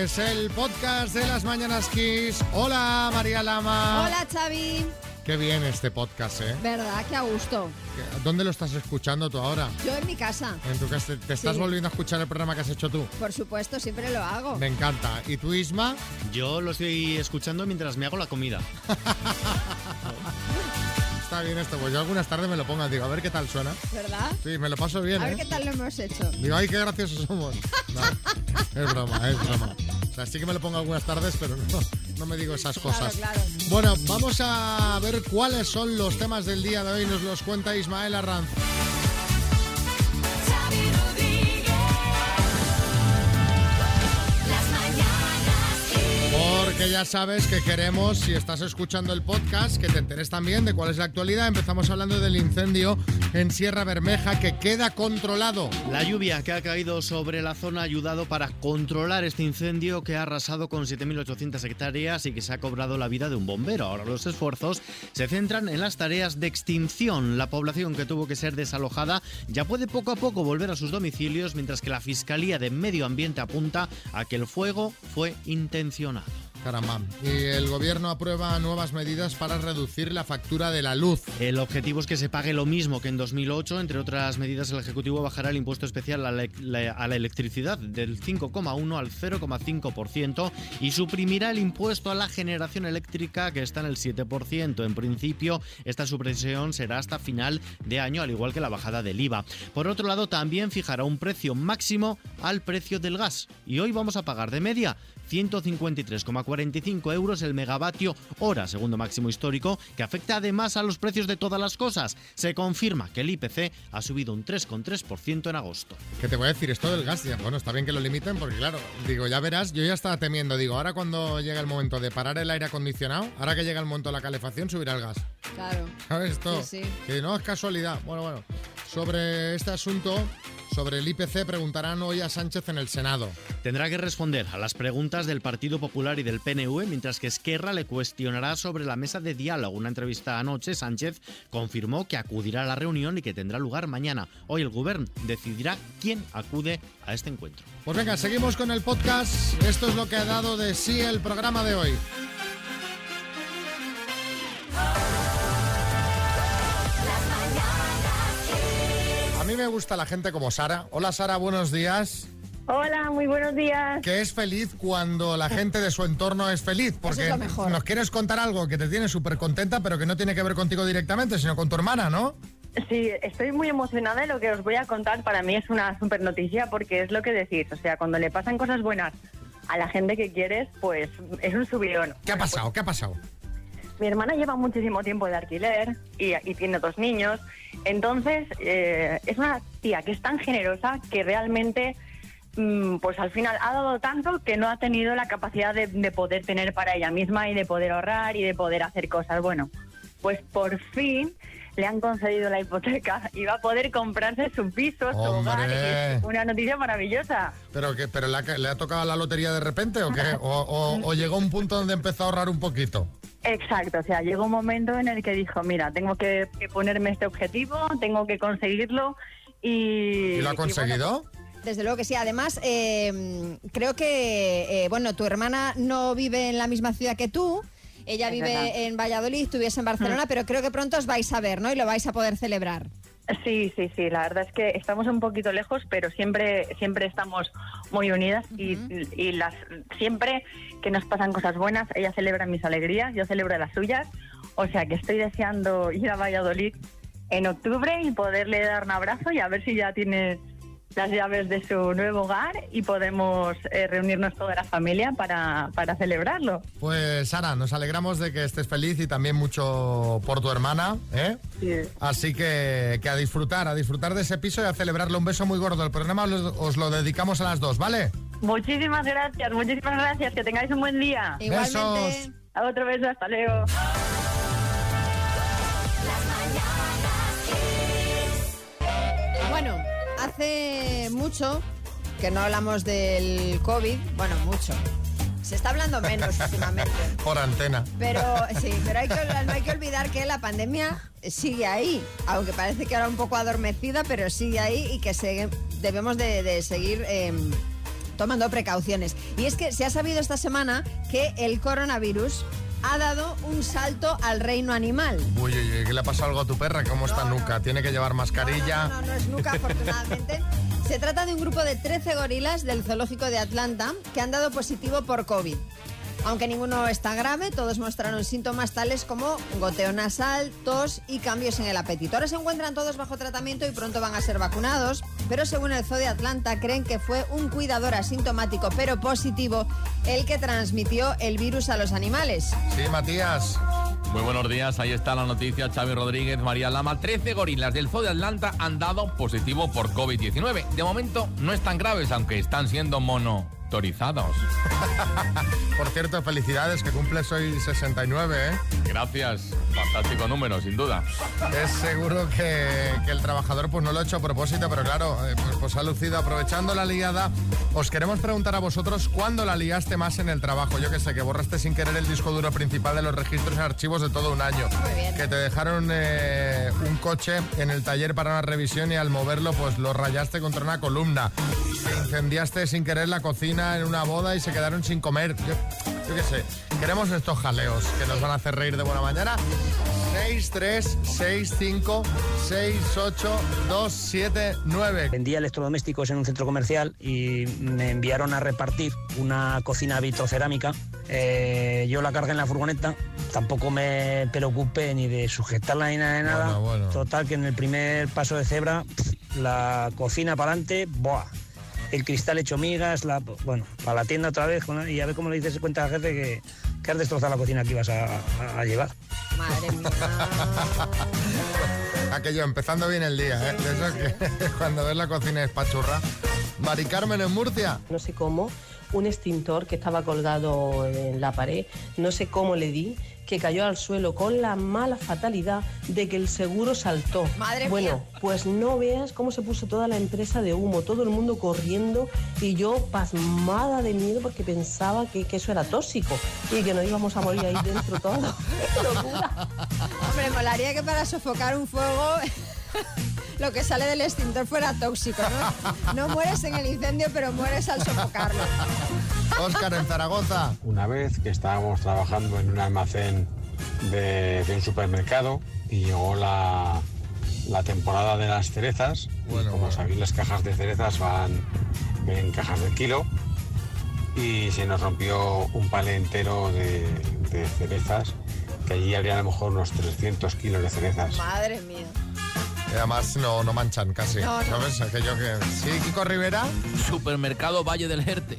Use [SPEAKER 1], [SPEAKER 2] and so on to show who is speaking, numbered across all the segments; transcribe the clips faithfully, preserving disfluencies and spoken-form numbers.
[SPEAKER 1] es el podcast de las Mañanas Kiss. Hola, María Lama.
[SPEAKER 2] Hola, Xavi.
[SPEAKER 1] Qué bien este podcast, ¿eh?
[SPEAKER 2] ¿Verdad? Qué a gusto.
[SPEAKER 1] ¿Dónde lo estás escuchando tú ahora?
[SPEAKER 2] Yo en mi casa.
[SPEAKER 1] ¿En tu casa? ¿Te estás
[SPEAKER 2] Sí.
[SPEAKER 1] volviendo a escuchar el programa que has hecho tú?
[SPEAKER 2] Por supuesto, siempre lo hago.
[SPEAKER 1] Me encanta. ¿Y tú, Isma?
[SPEAKER 3] Yo lo estoy escuchando mientras me hago la comida.
[SPEAKER 1] Está bien esto, pues yo algunas tardes me lo pongo, digo, a ver qué tal suena.
[SPEAKER 2] ¿Verdad?
[SPEAKER 1] Sí, me lo paso bien,
[SPEAKER 2] A
[SPEAKER 1] ¿eh?
[SPEAKER 2] ver qué tal lo hemos hecho.
[SPEAKER 1] Digo, ay, qué graciosos somos. No, es broma, es broma. O sea, sí que me lo pongo algunas tardes, pero no, no me digo esas cosas.
[SPEAKER 2] Claro, claro.
[SPEAKER 1] Bueno, vamos a ver cuáles son los temas del día de hoy. Nos los cuenta Ismael Arranz. Porque ya sabes que queremos, si estás escuchando el podcast, que te enteres también de cuál es la actualidad. Empezamos hablando del incendio en Sierra Bermeja, que queda controlado.
[SPEAKER 3] La lluvia que ha caído sobre la zona ha ayudado para controlar este incendio que ha arrasado con siete mil ochocientas hectáreas y que se ha cobrado la vida de un bombero. Ahora los esfuerzos se centran en las tareas de extinción. La población que tuvo que ser desalojada ya puede poco a poco volver a sus domicilios, mientras que la Fiscalía de Medio Ambiente apunta a que el fuego fue intencionado.
[SPEAKER 1] Caramba. Y el gobierno aprueba nuevas medidas para reducir la factura de la luz.
[SPEAKER 3] El objetivo es que se pague lo mismo que en dos mil ocho. Entre otras medidas, el Ejecutivo bajará el impuesto especial a la, la, a la electricidad del cinco coma uno al cero coma cinco por ciento y suprimirá el impuesto a la generación eléctrica, que está en el siete por ciento. En principio, esta supresión será hasta final de año, al igual que la bajada del I V A. Por otro lado, también fijará un precio máximo al precio del gas. Y hoy vamos a pagar de media ciento cincuenta y tres coma cuarenta y cinco euros el megavatio hora, segundo máximo histórico, que afecta además a los precios de todas las cosas. Se confirma que el I P C ha subido un tres coma tres por ciento en agosto.
[SPEAKER 1] ¿Qué te voy a decir? Esto del gas, ya, bueno, está bien que lo limiten porque, claro, digo, ya verás, yo ya estaba temiendo, digo, ahora cuando llega el momento de parar el aire acondicionado, ahora que llega el momento de la calefacción, subirá el gas.
[SPEAKER 2] Claro.
[SPEAKER 1] ¿Sabes esto?
[SPEAKER 2] Sí, sí.
[SPEAKER 1] Que no es casualidad. Bueno, bueno. Sobre este asunto, sobre el I P C, preguntarán hoy a Sánchez en el Senado.
[SPEAKER 3] Tendrá que responder a las preguntas del Partido Popular y del P N V, mientras que Esquerra le cuestionará sobre la mesa de diálogo. Una entrevista anoche, Sánchez confirmó que acudirá a la reunión y que tendrá lugar mañana. Hoy el Govern decidirá quién acude a este encuentro.
[SPEAKER 1] Pues venga, seguimos con el podcast. Esto es lo que ha dado de sí el programa de hoy. A mí me gusta la gente como Sara. Hola, Sara, buenos días.
[SPEAKER 4] Hola, muy buenos días.
[SPEAKER 1] Que es feliz cuando la gente de su entorno es feliz, porque
[SPEAKER 2] Eso es lo mejor.
[SPEAKER 1] nos quieres contar algo que te tiene súper contenta, pero que no tiene que ver contigo directamente, sino con tu hermana, ¿no?
[SPEAKER 4] Sí, estoy muy emocionada de lo que os voy a contar. Para mí es una súper noticia porque es lo que decís. O sea, cuando le pasan cosas buenas a la gente que quieres, pues es un subidón.
[SPEAKER 1] ¿Qué ha pasado? ¿Qué ha pasado?
[SPEAKER 4] Mi hermana lleva muchísimo tiempo de alquiler y, y tiene dos niños. Entonces, eh, es una tía que es tan generosa que realmente, mm, pues al final ha dado tanto que no ha tenido la capacidad de, de poder tener para ella misma y de poder ahorrar y de poder hacer cosas. Bueno, pues por fin le han concedido la hipoteca y va a poder comprarse su piso, su
[SPEAKER 1] ¡Hombre!
[SPEAKER 4] hogar. Y es una noticia maravillosa.
[SPEAKER 1] ¿Pero que pero le ha, le ha tocado la lotería de repente o qué? ¿O, o, o llegó un punto donde empezó a ahorrar un poquito?
[SPEAKER 4] Exacto, o sea, llegó un momento en el que dijo, mira, tengo que, que ponerme este objetivo, tengo que conseguirlo y...
[SPEAKER 1] ¿Y lo ha conseguido?
[SPEAKER 4] Y bueno,
[SPEAKER 2] Desde luego que sí. Además, eh, creo que, eh, bueno, tu hermana no vive en la misma ciudad que tú. Ella
[SPEAKER 4] Es
[SPEAKER 2] vive
[SPEAKER 4] verdad.
[SPEAKER 2] en Valladolid, tú vives en Barcelona, pero creo que pronto os vais a ver, ¿no? Y lo vais a poder celebrar.
[SPEAKER 4] sí, sí, sí, la verdad es que estamos un poquito lejos, pero siempre siempre estamos muy unidas y, y las siempre que nos pasan cosas buenas, ella celebra mis alegrías, yo celebro las suyas, o sea que estoy deseando ir a Valladolid en octubre y poderle dar un abrazo y a ver si ya tiene las llaves de su nuevo hogar y podemos eh, reunirnos toda la familia para, para celebrarlo.
[SPEAKER 1] Pues Sara, nos alegramos de que estés feliz y también mucho por tu hermana, ¿eh?
[SPEAKER 4] Sí.
[SPEAKER 1] Así que, que a disfrutar, a disfrutar de ese piso y a celebrarle. Un beso muy gordo. El programa os, os lo dedicamos a las dos, ¿vale?
[SPEAKER 4] Muchísimas gracias, muchísimas gracias, que tengáis un buen día.
[SPEAKER 2] Igualmente.
[SPEAKER 1] Besos.
[SPEAKER 4] Otro beso, hasta luego.
[SPEAKER 2] Bueno, hace mucho que no hablamos del COVID. Bueno, mucho. Se está hablando menos últimamente.
[SPEAKER 1] Por antena.
[SPEAKER 2] Pero sí, pero hay que, no hay que olvidar que la pandemia sigue ahí, aunque parece que ahora un poco adormecida, pero sigue ahí y que se, debemos de, de seguir eh, tomando precauciones. Y es que se ha sabido esta semana que el coronavirus ha dado un salto al reino animal.
[SPEAKER 1] Uy, uy, uy, ¿qué le ha pasado algo a tu perra? ¿Cómo está
[SPEAKER 2] no,
[SPEAKER 1] Nuca?
[SPEAKER 2] No.
[SPEAKER 1] ¿Tiene que llevar mascarilla?
[SPEAKER 2] No, no, no, no es Nuca, afortunadamente. Se trata de un grupo de trece gorilas del zoológico de Atlanta que han dado positivo por COVID. Aunque ninguno está grave, todos mostraron síntomas tales como goteo nasal, tos y cambios en el apetito. Ahora se encuentran todos bajo tratamiento y pronto van a ser vacunados, pero según el Zoo de Atlanta creen que fue un cuidador asintomático pero positivo el que transmitió el virus a los animales.
[SPEAKER 1] Sí, Matías.
[SPEAKER 5] Muy buenos días, ahí está la noticia. Xavi Rodríguez, María Lama. trece gorilas del Zoo de Atlanta han dado positivo por COVID diecinueve. De momento no están graves, aunque están siendo monotorizados.
[SPEAKER 1] Por cierto, felicidades, que cumples hoy sesenta y nueve, ¿eh?
[SPEAKER 5] Gracias, fantástico número, sin duda.
[SPEAKER 1] Es seguro que, que el trabajador pues no lo ha hecho a propósito, pero claro, eh, pues, pues ha lucido. Aprovechando la liada, os queremos preguntar a vosotros cuándo la liaste más en el trabajo. Yo que sé, que borraste sin querer el disco duro principal de los registros y archivos de todo un año.
[SPEAKER 2] Muy bien.
[SPEAKER 1] Que te dejaron eh, un coche en el taller para una revisión y al moverlo pues lo rayaste contra una columna. Que incendiaste sin querer la cocina en una boda y se quedaron sin comer. Yo, yo qué sé, queremos estos jaleos que nos van a hacer reír de buena mañana. seis tres seis cinco seis ocho dos siete nueve.
[SPEAKER 6] Vendía electrodomésticos en un centro comercial y me enviaron a repartir una cocina vitrocerámica. Eh, yo la cargué en la furgoneta, tampoco me preocupé ni de sujetarla ni nada de nada.
[SPEAKER 1] Bueno, bueno.
[SPEAKER 6] Total, que en el primer paso de cebra, pff, la cocina para adelante, ¡buah! El cristal hecho migas, la, bueno, para la tienda otra vez, y a ver cómo le dices cuenta al jefe que, que has destrozado la cocina que ibas a, a, a llevar.
[SPEAKER 2] Madre mía.
[SPEAKER 1] Aquello, empezando bien el día, ¿eh? De eso que cuando ves la cocina es pachurra. Mari Carmen en Murcia.
[SPEAKER 7] No sé cómo, un extintor que estaba colgado en la pared, no sé cómo le di, que cayó al suelo con la mala fatalidad de que el seguro saltó.
[SPEAKER 2] Madre
[SPEAKER 7] bueno,
[SPEAKER 2] mía.
[SPEAKER 7] pues no veas cómo se puso toda la empresa de humo, todo el mundo corriendo y yo pasmada de miedo porque pensaba que, que eso era tóxico y que nos íbamos a morir ahí dentro todos. ¡Qué locura!
[SPEAKER 2] Hombre, molaría que para sofocar un fuego lo que sale del extintor fuera tóxico, ¿no? No mueres en el incendio, pero mueres al sofocarlo.
[SPEAKER 1] Óscar en Zaragoza.
[SPEAKER 8] Una vez que estábamos trabajando en un almacén de, de un supermercado y llegó la, la temporada de las cerezas.
[SPEAKER 1] Bueno,
[SPEAKER 8] y como
[SPEAKER 1] bueno.
[SPEAKER 8] sabéis, las cajas de cerezas van en cajas de kilo y se nos rompió un palé entero de, de cerezas, que allí habría a lo mejor unos trescientos kilos de cerezas.
[SPEAKER 2] Madre mía.
[SPEAKER 1] Y además no, no manchan casi.
[SPEAKER 2] No, no.
[SPEAKER 1] ¿Sabes? Aquello que... Sí, Kiko Rivera.
[SPEAKER 5] Supermercado Valle del Jerte.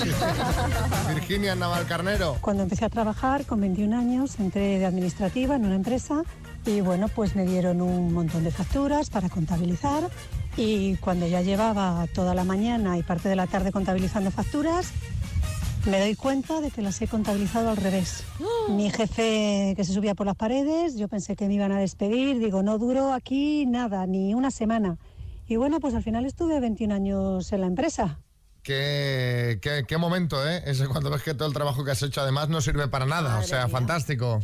[SPEAKER 1] Virginia Navalcarnero.
[SPEAKER 9] Cuando empecé a trabajar, con veintiún años, entré de administrativa en una empresa y bueno, pues me dieron un montón de facturas para contabilizar y cuando ya llevaba toda la mañana y parte de la tarde contabilizando facturas, me doy cuenta de que las he contabilizado al revés. Mi jefe que se subía por las paredes, yo pensé que me iban a despedir, digo, no duró aquí nada, ni una semana. Y bueno, pues al final estuve veintiún años en la empresa.
[SPEAKER 1] Qué, qué, qué momento, ¿eh? Ese cuando ves que todo el trabajo que has hecho además no sirve para nada.
[SPEAKER 2] Madre
[SPEAKER 1] o sea,
[SPEAKER 2] mía.
[SPEAKER 1] fantástico.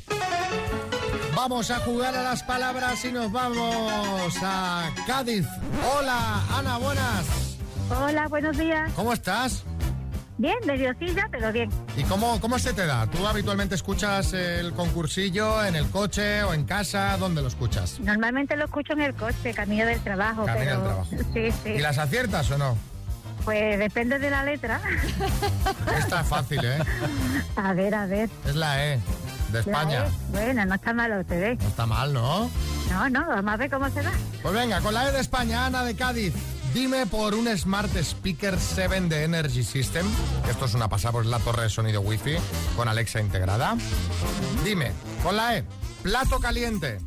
[SPEAKER 1] Vamos a jugar a las palabras y nos vamos a Cádiz. Hola, Ana, buenas.
[SPEAKER 10] Hola, buenos días.
[SPEAKER 1] ¿Cómo estás?
[SPEAKER 10] Bien, nerviosilla, pero bien.
[SPEAKER 1] ¿Y cómo, cómo se te da? ¿Tú habitualmente escuchas el concursillo en el coche o en casa? ¿Dónde lo escuchas?
[SPEAKER 10] Normalmente lo escucho en el coche, camino del trabajo.
[SPEAKER 1] Camino
[SPEAKER 10] pero...
[SPEAKER 1] del trabajo.
[SPEAKER 10] Sí, sí.
[SPEAKER 1] ¿Y las aciertas o no?
[SPEAKER 10] Pues depende de la letra.
[SPEAKER 1] Esta es fácil, ¿eh?
[SPEAKER 10] A ver, a ver.
[SPEAKER 1] Es la E, de España.
[SPEAKER 10] La E. Bueno, no está mal, te ve.
[SPEAKER 1] No está mal, ¿no?
[SPEAKER 10] No, no, vamos a ver cómo se da.
[SPEAKER 1] Pues venga, con la E de España, Ana de Cádiz. Dime por un Smart Speaker siete de Energy System, que esto es una pasada, pues la torre de sonido Wi-Fi con Alexa integrada. Dime, con la E, plato caliente,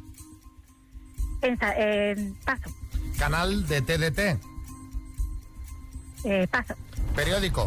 [SPEAKER 10] Pensa, eh, paso,
[SPEAKER 1] canal de T D T,
[SPEAKER 10] eh, paso,
[SPEAKER 1] periódico,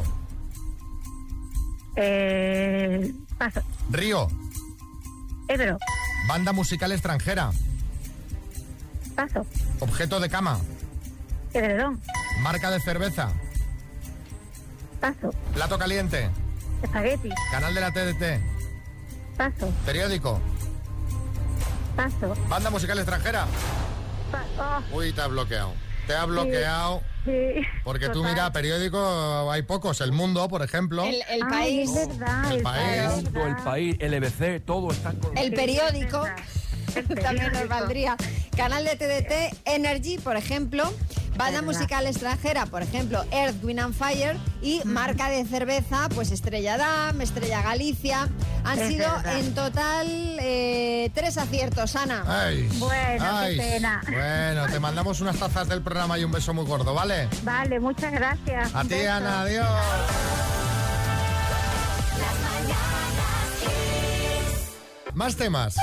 [SPEAKER 10] eh, paso,
[SPEAKER 1] río,
[SPEAKER 10] Ebro,
[SPEAKER 1] banda musical extranjera,
[SPEAKER 10] paso,
[SPEAKER 1] objeto de cama,
[SPEAKER 10] edredón,
[SPEAKER 1] marca de cerveza,
[SPEAKER 10] paso,
[SPEAKER 1] plato caliente,
[SPEAKER 10] espagueti,
[SPEAKER 1] canal de la T D T,
[SPEAKER 10] paso,
[SPEAKER 1] periódico,
[SPEAKER 10] paso,
[SPEAKER 1] banda musical extranjera.
[SPEAKER 10] pa- oh,
[SPEAKER 1] Uy, te has bloqueado. te ha bloqueado.
[SPEAKER 10] Sí,
[SPEAKER 1] Porque tú
[SPEAKER 10] total.
[SPEAKER 1] mira, periódico hay pocos. El Mundo, por ejemplo.
[SPEAKER 2] El, el
[SPEAKER 10] Ay,
[SPEAKER 2] país,
[SPEAKER 10] es verdad,
[SPEAKER 1] El
[SPEAKER 10] es
[SPEAKER 1] País.
[SPEAKER 10] verdad.
[SPEAKER 11] El Mundo, El País, el E B C, todo está con...
[SPEAKER 2] el
[SPEAKER 10] Sí,
[SPEAKER 2] periódico.
[SPEAKER 10] es verdad. El
[SPEAKER 2] También nos
[SPEAKER 10] periódico.
[SPEAKER 2] valdría. Canal de T D T, Energy, por ejemplo. Banda
[SPEAKER 10] Verdad.
[SPEAKER 2] musical extranjera, por ejemplo, Earth, Wind and Fire. Y marca de cerveza, pues Estrella Damm, Estrella Galicia. Han
[SPEAKER 10] Es
[SPEAKER 2] sido
[SPEAKER 10] verdad.
[SPEAKER 2] en total eh, tres aciertos, Ana.
[SPEAKER 1] Ay,
[SPEAKER 10] Bueno,
[SPEAKER 1] ay.
[SPEAKER 10] qué pena.
[SPEAKER 1] Bueno, te mandamos unas tazas del programa y un beso muy gordo, ¿vale?
[SPEAKER 10] Vale, muchas gracias.
[SPEAKER 1] A
[SPEAKER 10] Un
[SPEAKER 1] ti,
[SPEAKER 10] beso.
[SPEAKER 1] Ana, adiós. Más temas.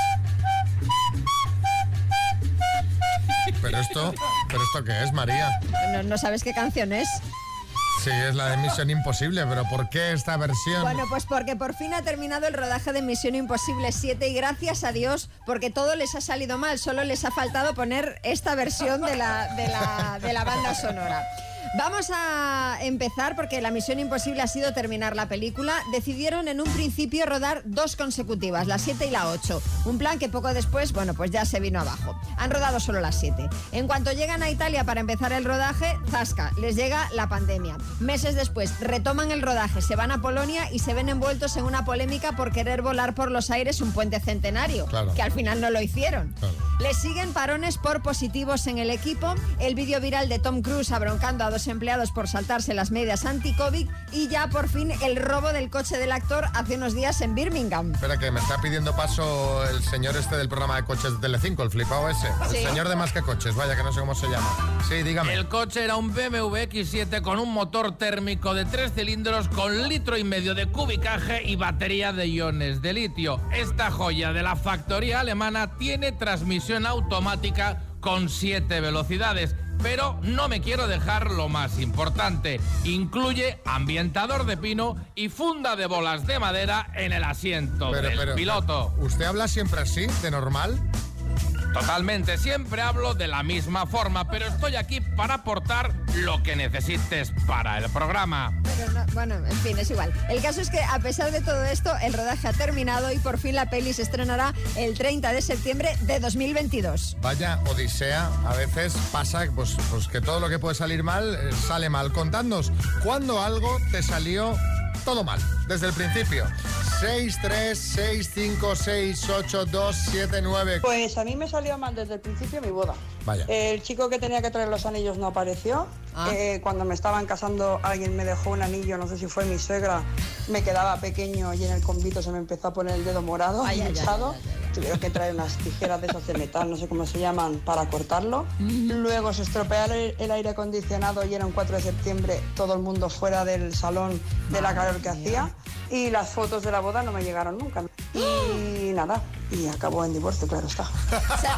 [SPEAKER 1] Pero esto, pero esto ¿qué es, María?
[SPEAKER 2] No, no sabes qué canción es.
[SPEAKER 1] Sí, es la de Misión Imposible, pero ¿por qué esta versión?
[SPEAKER 2] Bueno, pues porque por fin ha terminado el rodaje de Misión Imposible siete y gracias a Dios, porque todo les ha salido mal, solo les ha faltado poner esta versión de la, de la, de la banda sonora. Vamos a empezar porque la misión imposible ha sido terminar la película. Decidieron en un principio rodar dos consecutivas, la siete y la ocho. Un plan que poco después, bueno, pues ya se vino abajo. Han rodado solo las siete. En cuanto llegan a Italia para empezar el rodaje, zasca, les llega la pandemia. Meses después retoman el rodaje, se van a Polonia y se ven envueltos en una polémica por querer volar por los aires un puente centenario,
[SPEAKER 1] Claro.
[SPEAKER 2] que al final no lo hicieron.
[SPEAKER 1] Claro.
[SPEAKER 2] Les siguen parones por positivos en el equipo, el vídeo viral de Tom Cruise abroncando a dos empleados por saltarse las medidas anti-COVID y ya por fin el robo del coche del actor hace unos días en Birmingham.
[SPEAKER 1] Espera, que me está pidiendo paso el señor este del programa de coches de Telecinco, el flipado ese.
[SPEAKER 2] Sí.
[SPEAKER 1] El señor de más que coches, vaya, que no sé cómo se llama. Sí, dígame.
[SPEAKER 5] El coche era un B M W X siete con un motor térmico de tres cilindros con litro y medio de cubicaje y batería de iones de litio. Esta joya de la factoría alemana tiene transmisión automática con siete velocidades. Pero no me quiero dejar lo más importante. Incluye ambientador de pino y funda de bolas de madera en el asiento
[SPEAKER 1] Pero,
[SPEAKER 5] del
[SPEAKER 1] pero,
[SPEAKER 5] piloto.
[SPEAKER 1] ¿usted habla siempre así, de normal?
[SPEAKER 5] Totalmente, siempre hablo de la misma forma, pero estoy aquí para aportar lo que necesites para el programa.
[SPEAKER 2] Pero no- bueno, en fin, es igual. El caso es que a pesar de todo esto, el rodaje ha terminado y por fin la peli se estrenará el treinta de septiembre de dos mil veintidós.
[SPEAKER 1] Vaya odisea, a veces pasa pues, pues que todo lo que puede salir mal, eh, sale mal. Contadnos, ¿cuándo algo te salió todo mal? Desde el principio. seis tres seis cinco seis ocho dos siete nueve.
[SPEAKER 12] Pues a mí me salió mal desde el principio mi boda.
[SPEAKER 1] Vaya.
[SPEAKER 12] El chico que tenía que traer los anillos no apareció.
[SPEAKER 2] Ah.
[SPEAKER 12] Eh, cuando me estaban casando alguien me dejó un anillo, no sé si fue mi suegra, me quedaba pequeño y en el convito se me empezó a poner el dedo morado,
[SPEAKER 2] Ay, ay, ay,
[SPEAKER 12] hinchado.
[SPEAKER 2] ay, ay, ay.
[SPEAKER 12] Tuvieron que traer unas tijeras de esas de metal, no sé cómo se llaman, para cortarlo. Luego se estropeó el, el aire acondicionado y era un cuatro de septiembre, todo el mundo fuera del salón de la calor que hacía. Y las fotos de la boda no me llegaron nunca. Y nada, y acabó en divorcio, claro está.
[SPEAKER 2] O sea,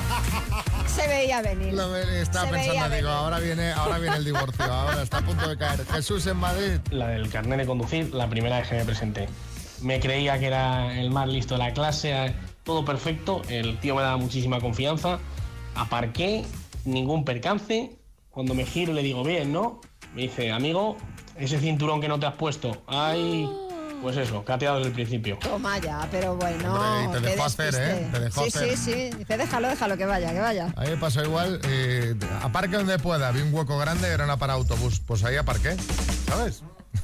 [SPEAKER 2] se veía venir.
[SPEAKER 1] Lo ve- estaba
[SPEAKER 2] Se veía
[SPEAKER 1] pensando,
[SPEAKER 2] venir.
[SPEAKER 1] digo, ahora viene, ahora viene el divorcio, ahora está a punto de caer. Jesús en Madrid.
[SPEAKER 13] La del carnet de conducir, la primera vez que me presenté. Me creía que era el más listo de la clase, todo perfecto, el tío me daba muchísima confianza, aparqué, ningún percance, cuando me giro le digo, bien, ¿no? Me dice, amigo, ese cinturón que no te has puesto, ay, pues eso, cateado desde el principio.
[SPEAKER 2] Toma ya, pero bueno.
[SPEAKER 1] Hombre, y te
[SPEAKER 2] qué
[SPEAKER 1] dejó hacer,
[SPEAKER 2] despiste.
[SPEAKER 1] ¿eh? Te dejó
[SPEAKER 2] sí,
[SPEAKER 1] hacer.
[SPEAKER 2] sí, sí. Dice, déjalo, déjalo, que vaya, que vaya.
[SPEAKER 1] A mí me pasó igual, eh, aparque donde pueda, vi un hueco grande y era una parada de autobús. Pues ahí aparqué, ¿sabes?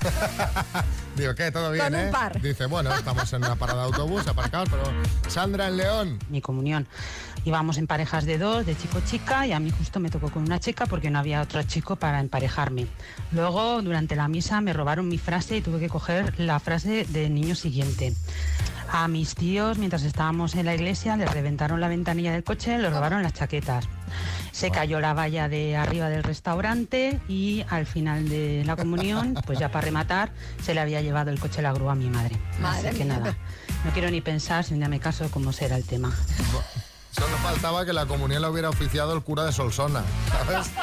[SPEAKER 1] Digo, ¿qué? ¿Todo bien,
[SPEAKER 2] Con un
[SPEAKER 1] eh?
[SPEAKER 2] par.
[SPEAKER 1] Dice, bueno, estamos en una parada de autobús, aparcados, pero... Sandra en León.
[SPEAKER 14] Mi comunión. Íbamos en parejas de dos, de chico-chica, y a mí justo me tocó con una chica porque no había otro chico para emparejarme. Luego, durante la misa, me robaron mi frase y tuve que coger la frase del niño siguiente. A mis tíos, mientras estábamos en la iglesia, les reventaron la ventanilla del coche, les robaron las chaquetas. Se cayó la valla de arriba del restaurante y al final de la comunión, pues ya para rematar, se le había llevado el coche la grúa a mi madre.
[SPEAKER 2] Madre
[SPEAKER 14] Así que
[SPEAKER 2] mía.
[SPEAKER 14] nada, no quiero ni pensar si un día me caso cómo será el tema.
[SPEAKER 1] Solo faltaba que la comunión la hubiera oficiado el cura de Solsona, ¿sabes?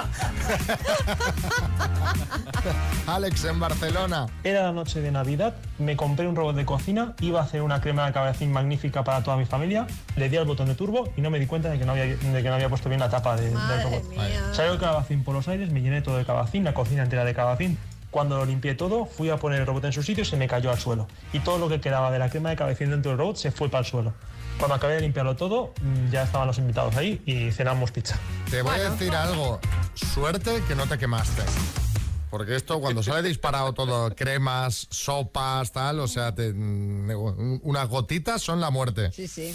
[SPEAKER 1] Alex en Barcelona.
[SPEAKER 15] Era la noche de Navidad, me compré un robot de cocina, iba a hacer una crema de cabecín magnífica para toda mi familia, le di al botón de turbo y no me di cuenta de que no había, de que no había puesto bien la tapa de- del
[SPEAKER 2] Madre
[SPEAKER 15] robot.
[SPEAKER 2] mía.
[SPEAKER 15] Salió el calabacín por los aires, me llené todo de calabacín, la cocina entera de calabacín. Cuando lo limpié todo, fui a poner el robot en su sitio y se me cayó al suelo. Y todo lo que quedaba de la crema de cabecín dentro del robot se fue para el suelo. Cuando acabé de limpiarlo todo, ya estaban los invitados ahí y cenamos pizza.
[SPEAKER 1] Te voy a decir algo. Suerte que no te quemaste. Porque esto, cuando sale disparado todo, cremas, sopas, tal, o sea, te, unas gotitas son la muerte.
[SPEAKER 2] Sí, sí.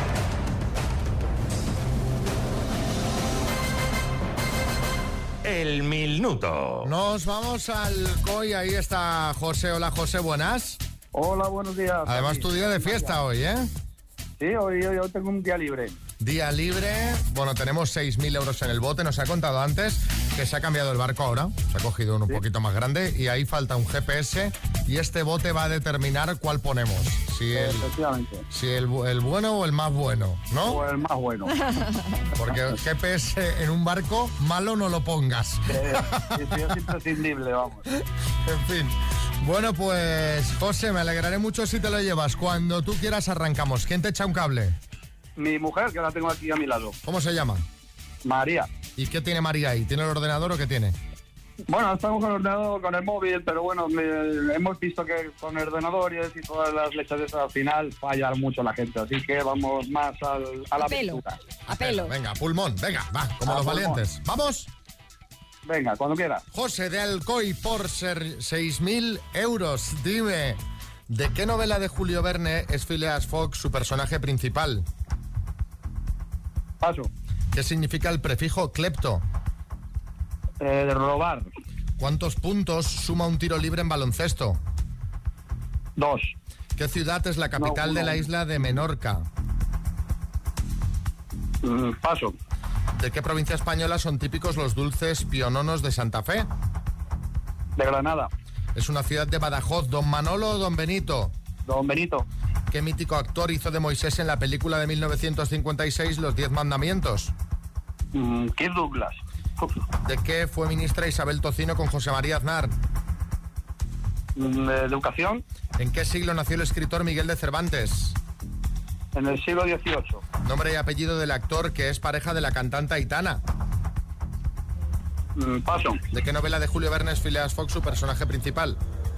[SPEAKER 16] El minuto.
[SPEAKER 1] Nos vamos al C O I, ahí está José. Hola, José, buenas.
[SPEAKER 17] Hola, buenos días.
[SPEAKER 1] Además, tu día de fiesta hoy, ¿eh?
[SPEAKER 17] Sí, hoy, hoy, hoy tengo un día libre.
[SPEAKER 1] Día libre, bueno, tenemos seis mil euros en el bote, nos ha contado antes que se ha cambiado el barco ahora, se ha cogido uno un poquito más grande y ahí falta un G P S y este bote va a determinar cuál ponemos, si el, si el, el bueno o el más bueno, ¿no?
[SPEAKER 17] O el más bueno.
[SPEAKER 1] Porque el G P S en un barco, malo no lo pongas.
[SPEAKER 17] Sí, sí, sí, es imprescindible, vamos.
[SPEAKER 1] En fin. Bueno, pues, José, me alegraré mucho si te lo llevas. Cuando tú quieras arrancamos. ¿Quién te echa un cable?
[SPEAKER 17] Mi mujer, que la tengo aquí a mi lado.
[SPEAKER 1] ¿Cómo se llama?
[SPEAKER 17] María.
[SPEAKER 1] ¿Y qué tiene María ahí? ¿Tiene el ordenador o qué tiene?
[SPEAKER 17] Bueno, estamos con el ordenador, con el móvil, pero bueno, me, hemos visto que con el ordenador y todas las leches de eso, al final falla mucho la gente, así que vamos más al, a la aventura.
[SPEAKER 2] A pelo.
[SPEAKER 1] Venga, pulmón, venga, va, como
[SPEAKER 17] a
[SPEAKER 1] los
[SPEAKER 17] pulmón.
[SPEAKER 1] valientes. ¡Vamos!
[SPEAKER 17] Venga, cuando quiera.
[SPEAKER 1] José de Alcoy por ser seis mil euros. Dime, ¿de qué novela de Julio Verne es Phileas Fogg su personaje principal?
[SPEAKER 17] Paso.
[SPEAKER 1] ¿Qué significa el prefijo clepto?
[SPEAKER 17] Eh, de robar.
[SPEAKER 1] ¿Cuántos puntos suma un tiro libre en baloncesto?
[SPEAKER 17] Dos.
[SPEAKER 1] ¿Qué ciudad es la capital
[SPEAKER 17] No, uno.
[SPEAKER 1] de la isla de Menorca?
[SPEAKER 17] Mm, paso.
[SPEAKER 1] ¿De qué provincia española son típicos los dulces piononos de Santa Fe?
[SPEAKER 17] De Granada.
[SPEAKER 1] ¿Es una ciudad de Badajoz, Don Manolo o Don Benito?
[SPEAKER 17] Don Benito.
[SPEAKER 1] ¿Qué mítico actor hizo de Moisés en la película de mil novecientos cincuenta y seis Los Diez Mandamientos?
[SPEAKER 17] Mm, Kirk Douglas.
[SPEAKER 1] ¿De qué fue ministra Isabel Tocino con José María Aznar?
[SPEAKER 17] Mm, de Educación.
[SPEAKER 1] ¿En qué siglo nació el escritor Miguel de Cervantes?
[SPEAKER 17] En el siglo dieciocho.
[SPEAKER 1] Nombre y apellido del actor que es pareja de la cantante Aitana.
[SPEAKER 17] Mm, paso.
[SPEAKER 1] ¿De qué novela de Julio Verne es Phileas Fogg su personaje principal?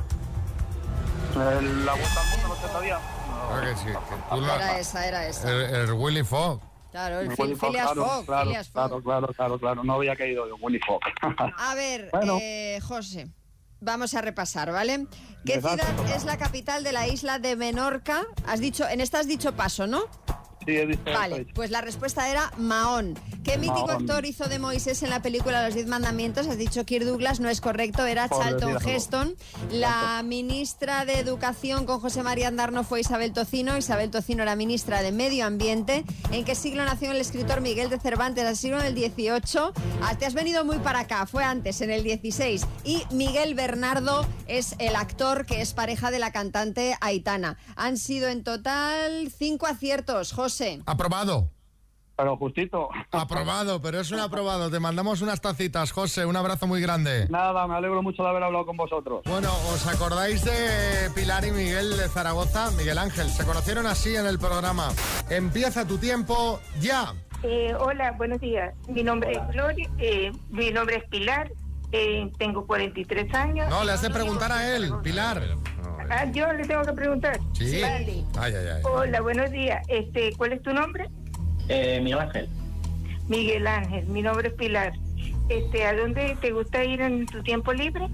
[SPEAKER 17] El, la vuelta al mundo, los ochenta días.
[SPEAKER 1] Claro que sí, que tú lo-
[SPEAKER 2] Era esa, era esa.
[SPEAKER 1] el, el Willy Fogg.
[SPEAKER 2] Claro, el
[SPEAKER 17] Willy
[SPEAKER 2] Phil-
[SPEAKER 17] Fogg,
[SPEAKER 2] Phileas
[SPEAKER 17] claro,
[SPEAKER 2] Fogg.
[SPEAKER 17] Claro,
[SPEAKER 2] Phileas Fogg.
[SPEAKER 17] claro, claro, claro, claro. No había caído yo, Willy Fogg.
[SPEAKER 2] A ver,
[SPEAKER 17] Bueno.
[SPEAKER 2] eh, José, vamos a repasar, ¿vale? ¿Qué
[SPEAKER 17] Desastre
[SPEAKER 2] ciudad
[SPEAKER 17] total.
[SPEAKER 2] es la capital de la isla de Menorca? Has dicho, en esta has dicho Paso, ¿no?
[SPEAKER 17] Sí, he visto.
[SPEAKER 2] Vale, pues la respuesta era Mahón. ¿Qué mítico
[SPEAKER 17] Mahón.
[SPEAKER 2] actor hizo de Moisés en la película Los Diez Mandamientos? Has dicho Kirk Douglas, no es correcto, era
[SPEAKER 17] Por
[SPEAKER 2] Charlton
[SPEAKER 17] decir algo.
[SPEAKER 2] Heston. La ministra de Educación con José María Aznar no fue Isabel Tocino. Isabel Tocino era ministra de Medio Ambiente. ¿En qué siglo nació el escritor Miguel de Cervantes? ¿Al siglo del dieciocho? Ah, te has venido muy para acá, fue antes, en el dieciséis. Y Miguel Bernardo es el actor que es pareja de la cantante Aitana. Han sido en total cinco aciertos, José.
[SPEAKER 1] Aprobado.
[SPEAKER 17] Pero justito.
[SPEAKER 1] Aprobado, pero es un aprobado. Te mandamos unas tacitas, José. Un abrazo muy grande.
[SPEAKER 17] Nada, me alegro mucho de haber hablado con vosotros.
[SPEAKER 1] Bueno, ¿os acordáis de Pilar y Miguel de Zaragoza? Miguel Ángel, se conocieron así en el programa. Empieza tu tiempo ya.
[SPEAKER 10] Eh, hola, buenos días. Mi nombre es Gloria, eh, mi nombre es Pilar, eh, tengo cuarenta y tres años.
[SPEAKER 1] No, le has de preguntar a él, Pilar.
[SPEAKER 10] Ah, yo le tengo que preguntar.
[SPEAKER 1] Sí.
[SPEAKER 10] Vale.
[SPEAKER 1] Ay, ay, ay.
[SPEAKER 10] Hola, buenos días. Este, ¿cuál es tu nombre?
[SPEAKER 13] Eh, Miguel Ángel.
[SPEAKER 10] Miguel Ángel, mi nombre es Pilar. Este, ¿a dónde te gusta ir en tu tiempo libre?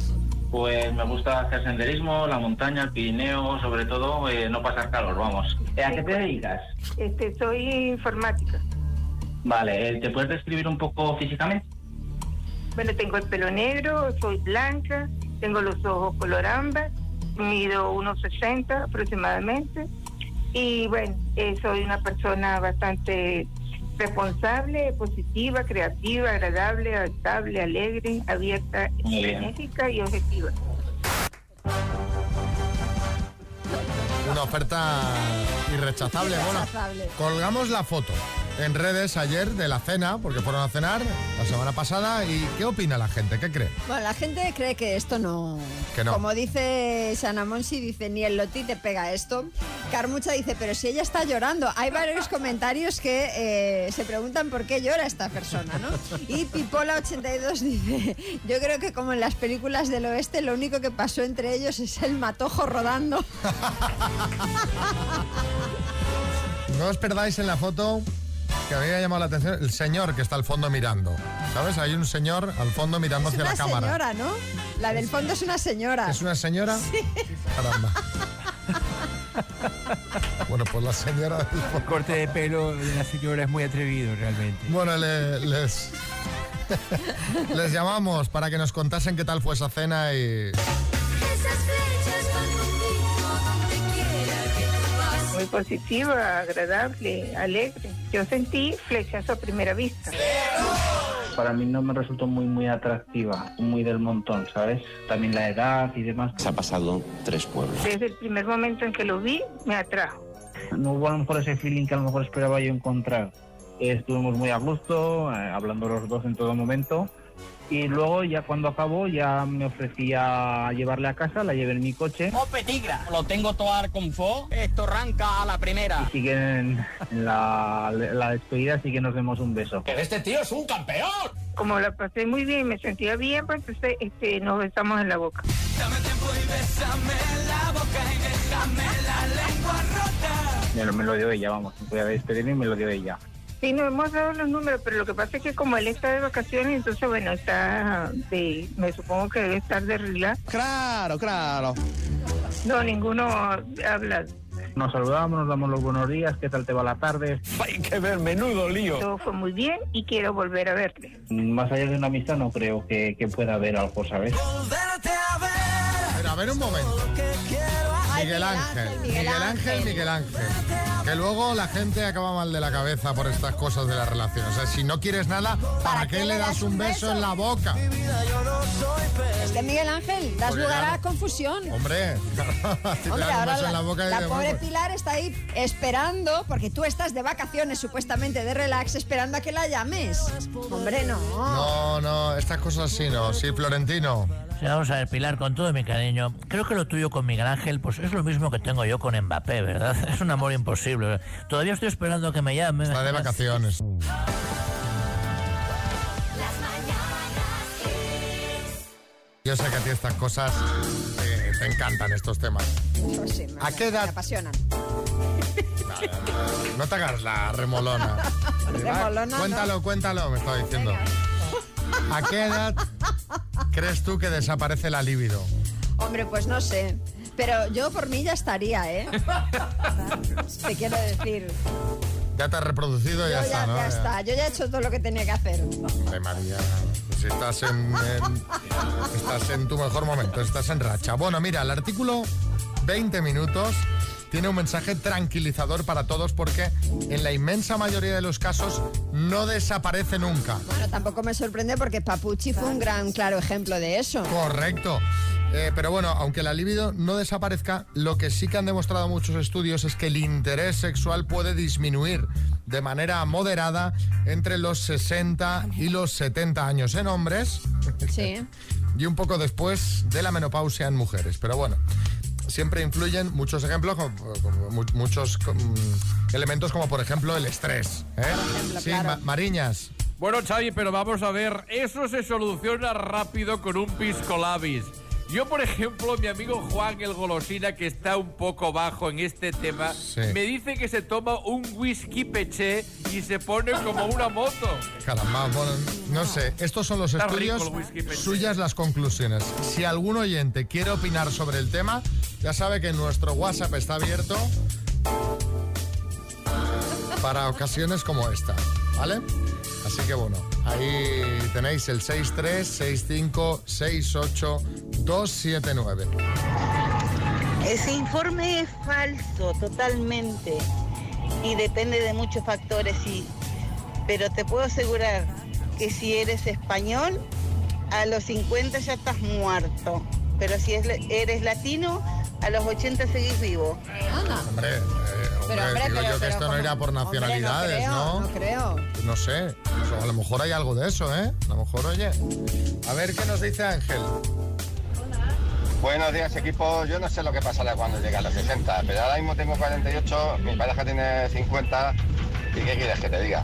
[SPEAKER 13] Pues me gusta hacer senderismo, la montaña, el Pirineo, sobre todo eh, no pasar calor, vamos. Eh, ¿A qué te dedicas?
[SPEAKER 10] Este, soy informática.
[SPEAKER 13] Vale, eh, ¿te puedes describir un poco físicamente?
[SPEAKER 10] Bueno, tengo el pelo negro, soy blanca, tengo los ojos color ámbar, mido uno sesenta aproximadamente y bueno, eh, soy una persona bastante responsable, positiva, creativa, agradable, adaptable, alegre, abierta,
[SPEAKER 13] Muy bien.
[SPEAKER 10] enérgica y objetiva.
[SPEAKER 1] Una oferta irrechazable. Bueno,
[SPEAKER 2] Irrechazable.
[SPEAKER 1] colgamos la foto. en redes ayer de la cena, porque fueron a cenar la semana pasada. ¿Y qué opina la gente? ¿Qué cree?
[SPEAKER 2] Bueno, la gente cree que esto no...
[SPEAKER 1] Que no.
[SPEAKER 2] Como dice Sana Monsi, dice, ni el Loti te pega esto. Carmucha dice, pero si ella está llorando. Hay varios comentarios que eh, se preguntan por qué llora esta persona, ¿no? Y Pipola ochenta y dos dice, yo creo que como en las películas del oeste, lo único que pasó entre ellos es el matojo rodando.
[SPEAKER 1] No os perdáis en la foto, que a mí me ha llamado la atención, el señor que está al fondo mirando. ¿Sabes? Hay un señor al fondo mirando hacia la cámara.
[SPEAKER 2] Es una señora, ¿no? La del fondo es una señora.
[SPEAKER 1] ¿Es una señora?
[SPEAKER 2] Sí.
[SPEAKER 1] Caramba. Bueno, pues la señora del fondo.
[SPEAKER 16] El corte de pelo de la señora es muy atrevido, realmente.
[SPEAKER 1] Bueno, le, les... les llamamos para que nos contasen qué tal fue esa cena y...
[SPEAKER 10] Muy positiva, agradable, alegre. Yo sentí flechazo a primera vista.
[SPEAKER 18] Para mí no me resultó muy muy atractiva, muy del montón, ¿sabes? También la edad y demás.
[SPEAKER 19] Se ha pasado tres pueblos.
[SPEAKER 10] Desde el primer momento en que lo vi, me atrajo.
[SPEAKER 18] No hubo a lo mejor ese feeling que a lo mejor esperaba yo encontrar. Estuvimos muy a gusto, eh, hablando los dos en todo momento. Y luego ya cuando acabó ya me ofrecía llevarle a casa, la llevé en mi coche.
[SPEAKER 20] ¡Ope, tigra! Lo tengo todo al confort. Esto arranca a la primera.
[SPEAKER 18] Y siguen en la, la despedida, así que nos demos un beso.
[SPEAKER 20] ¡Que este tío es un campeón!
[SPEAKER 10] Como la pasé muy bien y me sentía bien, pues entonces este, nos besamos en la boca.
[SPEAKER 20] Dame tiempo y bésame en la boca y déjame la lengua rota.
[SPEAKER 18] Me lo, me lo dio ella, vamos. Me podía despedirme y me lo dio ella.
[SPEAKER 10] Sí, nos hemos dado los números, pero lo que pasa es que como él está de vacaciones, entonces, bueno, está de... Me supongo que debe estar de relax.
[SPEAKER 20] Claro, claro.
[SPEAKER 10] No, ninguno habla.
[SPEAKER 18] Nos saludamos, nos damos los buenos días, ¿qué tal te va la tarde?
[SPEAKER 20] Hay que ver, menudo lío.
[SPEAKER 10] Todo fue muy bien y quiero volver a verle.
[SPEAKER 18] Más allá de una amistad no creo que, que pueda haber algo, ¿sabes?
[SPEAKER 1] Pero a ver un momento. Miguel Ángel, Miguel Ángel, Miguel Ángel. Que luego la gente acaba mal de la cabeza por estas cosas de la relación. O sea, si no quieres nada, ¿para qué le das un beso en la boca?
[SPEAKER 2] Es que Miguel Ángel, das
[SPEAKER 1] Porque,
[SPEAKER 2] lugar a
[SPEAKER 1] claro,
[SPEAKER 2] la confusión.
[SPEAKER 1] Hombre, si te das un beso en la boca...
[SPEAKER 2] La
[SPEAKER 1] y-
[SPEAKER 2] pobre Pilar está ahí esperando, porque tú estás de vacaciones, supuestamente de relax, esperando a que la llames. Hombre, no.
[SPEAKER 1] No, no, estas cosas sí no. Sí, Florentino.
[SPEAKER 21] Sí, vamos a ver, Pilar, con todo mi cariño, creo que lo tuyo con Miguel Ángel pues es lo mismo que tengo yo con Mbappé, ¿verdad? Es un amor imposible. Todavía estoy esperando que me llame.
[SPEAKER 1] Está de vacaciones. Yo sé que a ti estas cosas eh, te encantan, estos temas.
[SPEAKER 2] Pues sí, me,
[SPEAKER 1] ¿A qué edad?
[SPEAKER 2] me apasionan.
[SPEAKER 1] No te hagas la remolona.
[SPEAKER 2] Remolona,
[SPEAKER 1] Cuéntalo,
[SPEAKER 2] no.
[SPEAKER 1] cuéntalo, me estaba diciendo. ¿A qué edad crees tú que desaparece la libido?
[SPEAKER 2] Hombre, pues no sé. Pero yo por mí ya estaría, ¿eh? Te quiero decir.
[SPEAKER 1] Ya te has reproducido y ya
[SPEAKER 2] Yo
[SPEAKER 1] está,
[SPEAKER 2] ya,
[SPEAKER 1] ¿no?
[SPEAKER 2] ya está. Yo ya he hecho todo lo que tenía que hacer.
[SPEAKER 1] Ay, María, si estás en, en- estás en tu mejor momento, estás en racha. Bueno, mira, el artículo veinte minutos tiene un mensaje tranquilizador para todos porque en la inmensa mayoría de los casos no desaparece nunca.
[SPEAKER 2] Bueno, tampoco me sorprende porque Papuchi fue un gran claro ejemplo de eso.
[SPEAKER 1] Correcto. Eh, pero bueno, aunque la libido no desaparezca, lo que sí que han demostrado muchos estudios es que el interés sexual puede disminuir de manera moderada entre los sesenta y los setenta años en hombres.
[SPEAKER 2] Sí.
[SPEAKER 1] Y un poco después de la menopausia en mujeres. Pero bueno, siempre influyen muchos ejemplos, como, como mu- muchos com, elementos como por ejemplo el estrés. ¿eh?
[SPEAKER 2] ejemplo,
[SPEAKER 1] Sí,
[SPEAKER 2] claro.
[SPEAKER 1] Ma- Mariñas.
[SPEAKER 5] Bueno, Xavi, pero vamos a ver, eso se soluciona rápido con un pisco labis. Yo, por ejemplo, mi amigo Juan el Golosina, que está un poco bajo en este tema,
[SPEAKER 1] Sí.
[SPEAKER 5] me dice que se toma un whisky peché y se pone como una moto.
[SPEAKER 1] Caramba, bueno, no sé, estos son los
[SPEAKER 5] Está
[SPEAKER 1] estudios,
[SPEAKER 5] rico el whisky peché.
[SPEAKER 1] suyas las conclusiones. Si algún oyente quiere opinar sobre el tema, ya sabe que nuestro WhatsApp está abierto para ocasiones como esta, ¿vale? Así que bueno, ahí tenéis el seis tres seis cinco seis ocho dos siete nueve.
[SPEAKER 22] Ese informe es falso totalmente y depende de muchos factores, sí. Pero te puedo asegurar que si eres español, a los cincuenta ya estás muerto. Pero si es- eres latino, a los ochenta seguís vivo.
[SPEAKER 1] Hombre, eh,
[SPEAKER 2] Pero, hombre,
[SPEAKER 1] digo
[SPEAKER 2] pero,
[SPEAKER 1] yo que
[SPEAKER 2] pero
[SPEAKER 1] esto no
[SPEAKER 2] como-
[SPEAKER 1] irá por nacionalidades,
[SPEAKER 2] hombre, no
[SPEAKER 1] ¿no?
[SPEAKER 2] creo, no creo.
[SPEAKER 1] No sé, o sea, a lo mejor hay algo de eso, ¿eh? A lo mejor, oye. A ver qué nos dice Ángel.
[SPEAKER 3] Buenos días, equipo. Yo no sé lo que pasará cuando llegue a los sesenta, pero ahora mismo tengo cuarenta y ocho, mi pareja tiene cincuenta, ¿y qué quieres que te diga?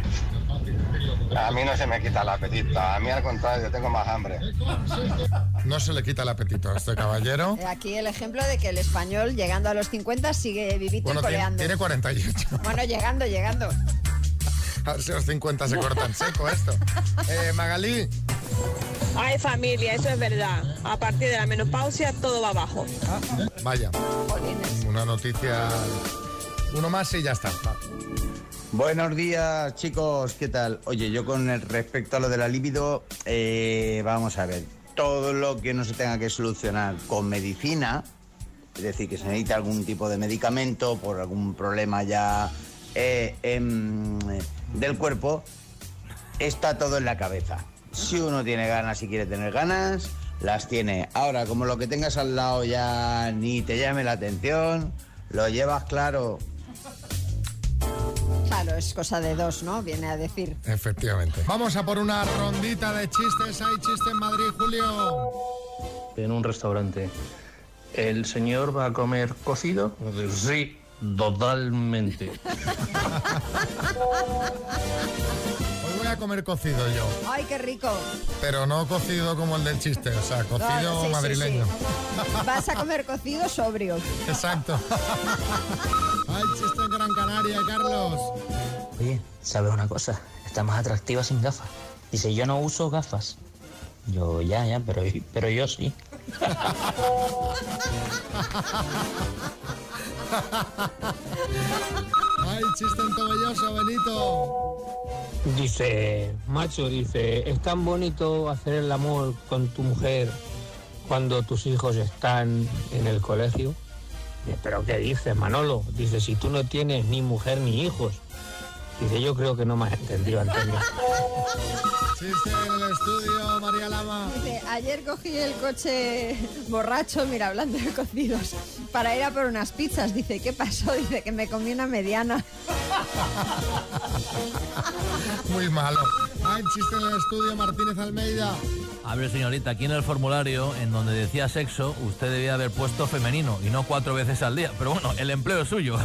[SPEAKER 3] A mí no se me quita el apetito, a mí al contrario, tengo más hambre.
[SPEAKER 1] No se le quita el apetito a este caballero.
[SPEAKER 2] Eh, Aquí el ejemplo de que el español, llegando a los cincuenta, sigue vivito
[SPEAKER 1] Bueno,
[SPEAKER 2] y
[SPEAKER 1] tiene,
[SPEAKER 2] coleando.
[SPEAKER 1] tiene cuarenta y ocho.
[SPEAKER 2] Bueno, llegando, llegando.
[SPEAKER 1] A ver si a los cincuenta se corta en seco esto. Eh, Magalí.
[SPEAKER 4] Ay, familia, eso es verdad. A partir de la menopausia todo va abajo.
[SPEAKER 1] Vaya. Una noticia. Uno más y ya está. Va.
[SPEAKER 23] Buenos días, chicos, ¿qué tal? Oye, yo con el respecto a lo de la libido, eh, vamos a ver, todo lo que no se tenga que solucionar con medicina, es decir, que se necesita algún tipo de medicamento por algún problema ya eh, em, del cuerpo, está todo en la cabeza. Si uno tiene ganas y quiere tener ganas, las tiene. Ahora, como lo que tengas al lado ya ni te llame la atención, lo llevas claro.
[SPEAKER 2] Claro, es cosa de dos, ¿no? Viene a decir.
[SPEAKER 1] Efectivamente. Vamos a por una rondita de chistes. ¿Hay chiste en Madrid, Julio?
[SPEAKER 24] En un restaurante. ¿El señor va a comer cocido? Sí, totalmente.
[SPEAKER 1] Hoy voy a comer cocido yo,
[SPEAKER 2] ¡Ay, qué rico!
[SPEAKER 1] pero no cocido como el del chiste, o sea, cocido
[SPEAKER 2] No, sí, sí,
[SPEAKER 1] madrileño.
[SPEAKER 2] sí. Vas a comer cocido sobrio.
[SPEAKER 1] Exacto. Hay chiste en Gran Canaria, Carlos.
[SPEAKER 25] Oye, ¿sabes una cosa? Está más atractiva sin gafas. Dice, yo no uso gafas. Yo, ya, ya, pero, pero yo sí.
[SPEAKER 1] Hay chiste en Tomelloso, Benito.
[SPEAKER 26] Dice, macho, dice, es tan bonito hacer el amor con tu mujer cuando tus hijos están en el colegio. Dice, ¿pero qué dices, Manolo? Dice, si tú no tienes ni mujer ni hijos. Dice, yo creo que no me has entendido, Antonio.
[SPEAKER 1] Chiste en el estudio, María Lama.
[SPEAKER 2] Dice, ayer cogí el coche borracho, mira, hablando de cocidos, para ir a por unas pizzas. Dice, ¿qué pasó? Dice, que me comí una mediana.
[SPEAKER 1] Muy malo. Hay chiste en el estudio, Martínez Almeida.
[SPEAKER 21] A ver, señorita, aquí en el formulario, en donde decía sexo, usted debía haber puesto femenino y no cuatro veces al día. Pero bueno, el empleo es suyo.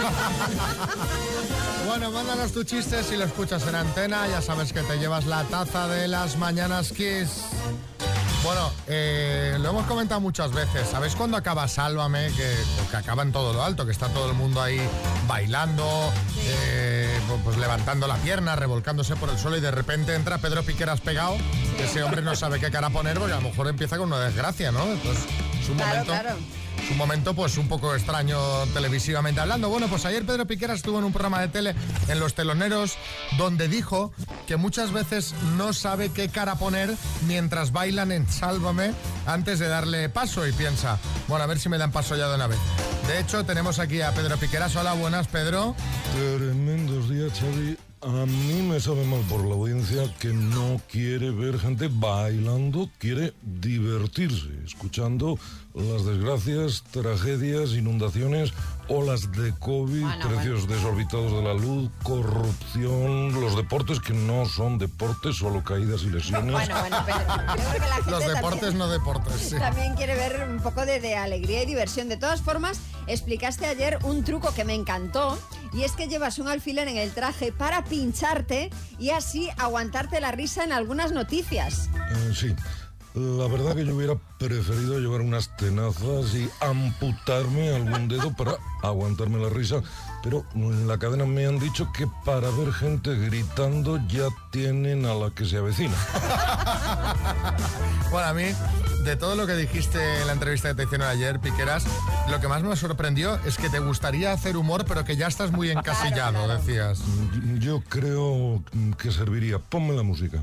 [SPEAKER 1] Bueno, mándanos tu chiste si lo escuchas en antena. Ya sabes que te llevas la taza de las Mañanas Kiss. Bueno, eh, lo hemos comentado muchas veces. ¿Sabéis cuándo acaba Sálvame? Que, que acaba en todo lo alto, que está todo el mundo ahí bailando, eh, pues levantando la pierna, revolcándose por el suelo y de repente entra Pedro Piqueras pegado. Que ese hombre no sabe qué cara poner porque a lo mejor empieza con una desgracia, ¿no? Pues es un
[SPEAKER 2] Claro,
[SPEAKER 1] momento...
[SPEAKER 2] claro.
[SPEAKER 1] Es un momento pues un poco extraño televisivamente hablando. Bueno, pues ayer Pedro Piqueras estuvo en un programa de tele en Los Teloneros donde dijo que muchas veces no sabe qué cara poner mientras bailan en Sálvame antes de darle paso y piensa, bueno, a ver si me dan paso ya de una vez. De hecho, tenemos aquí a Pedro Piqueras. Hola, buenas, Pedro.
[SPEAKER 27] Tremendos días, Xavi. A mí me sabe mal por la audiencia que no quiere ver gente bailando, quiere divertirse, escuchando las desgracias, tragedias, inundaciones, olas de COVID,
[SPEAKER 2] Bueno,
[SPEAKER 27] precios desorbitados de la luz, corrupción, los deportes que no son deportes, solo caídas y lesiones.
[SPEAKER 2] Bueno, bueno, pero yo creo que la gente
[SPEAKER 1] Los deportes
[SPEAKER 2] también,
[SPEAKER 1] no deportes, sí.
[SPEAKER 2] también quiere ver un poco de, de alegría y diversión. De todas formas, explicaste ayer un truco que me encantó y es que llevas un alfiler en el traje para pincharte y así aguantarte la risa en algunas noticias.
[SPEAKER 27] Eh, sí. La verdad que yo hubiera preferido llevar unas tenazas y amputarme algún dedo para aguantarme la risa, pero en la cadena me han dicho que para ver gente gritando ya tienen a la que se avecina.
[SPEAKER 1] Bueno, a mí, de todo lo que dijiste en la entrevista que te hicieron ayer, Piqueras, lo que más me sorprendió es que te gustaría hacer humor, pero que ya estás muy encasillado,
[SPEAKER 2] Claro, claro.
[SPEAKER 1] decías.
[SPEAKER 27] Yo creo que serviría. Ponme la música.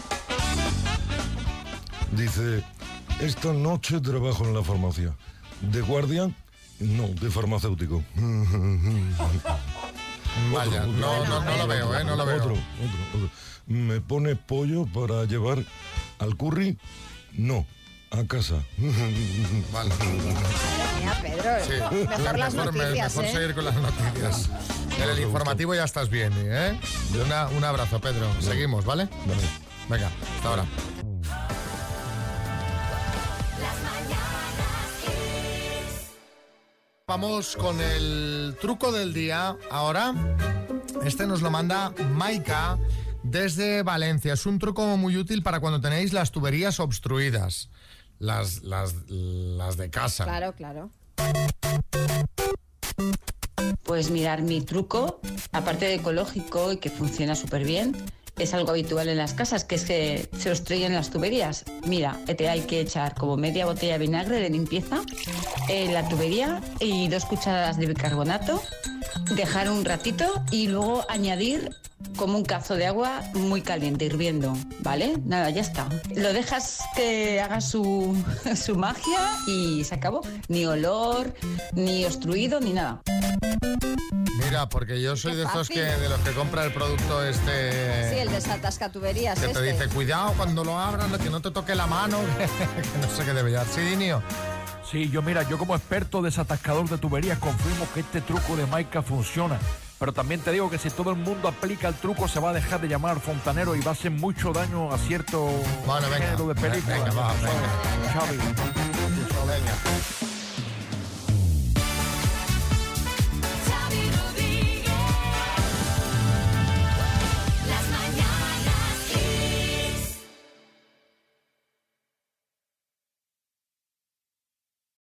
[SPEAKER 27] Dice, esta noche trabajo en la farmacia. ¿De guardia? No, de farmacéutico.
[SPEAKER 1] Vaya,
[SPEAKER 27] Otro,
[SPEAKER 1] no,
[SPEAKER 27] otro,
[SPEAKER 1] no, no lo
[SPEAKER 27] otro,
[SPEAKER 1] veo, ¿eh? No lo
[SPEAKER 27] otro,
[SPEAKER 1] veo.
[SPEAKER 27] Otro, otro, otro. ¿Me pone pollo para llevar al curry? No, a casa.
[SPEAKER 1] Vale.
[SPEAKER 2] Mira, Pedro,
[SPEAKER 1] Sí.
[SPEAKER 2] mejor las
[SPEAKER 1] Mejor, me-
[SPEAKER 2] noticias,
[SPEAKER 1] mejor
[SPEAKER 2] ¿eh?
[SPEAKER 1] seguir con las noticias. En el informativo ya estás bien, ¿eh? Una- un abrazo, Pedro. Seguimos, ¿vale? Venga, hasta ahora. Vamos con el truco del día. Ahora, este nos lo manda Maika desde Valencia. Es un truco muy útil para cuando tenéis las tuberías obstruidas. Las, las, las de casa.
[SPEAKER 2] Claro, claro.
[SPEAKER 6] Pues mirar, mi truco, aparte de ecológico y que funciona súper bien, es algo habitual en las casas, que es que se obstruyen las tuberías. Mira, te hay que echar como media botella de vinagre de limpieza en la tubería y dos cucharadas de bicarbonato, dejar un ratito y luego añadir como un cazo de agua muy caliente, hirviendo, ¿vale? Nada, ya está. Lo dejas que haga su, su magia y se acabó. Ni olor, ni obstruido, ni nada.
[SPEAKER 1] Mira, porque yo soy
[SPEAKER 2] Qué
[SPEAKER 1] de estos que,
[SPEAKER 2] fácil.
[SPEAKER 1] de los que compra el producto este...
[SPEAKER 2] Sí, el desatasca tuberías
[SPEAKER 1] que te
[SPEAKER 2] este.
[SPEAKER 1] dice, cuidado cuando lo abran, que no te toque la mano, que no sé qué debe llevar. Sí, Dinio.
[SPEAKER 7] Sí, yo mira, yo como experto desatascador de tuberías confirmo que este truco de Maika funciona. Pero también te digo que si todo el mundo aplica el truco se va a dejar de llamar fontanero y va a hacer mucho daño a cierto
[SPEAKER 1] Bueno, venga,
[SPEAKER 7] género de película.
[SPEAKER 1] venga, va, venga.
[SPEAKER 7] Xavi.
[SPEAKER 1] Venga.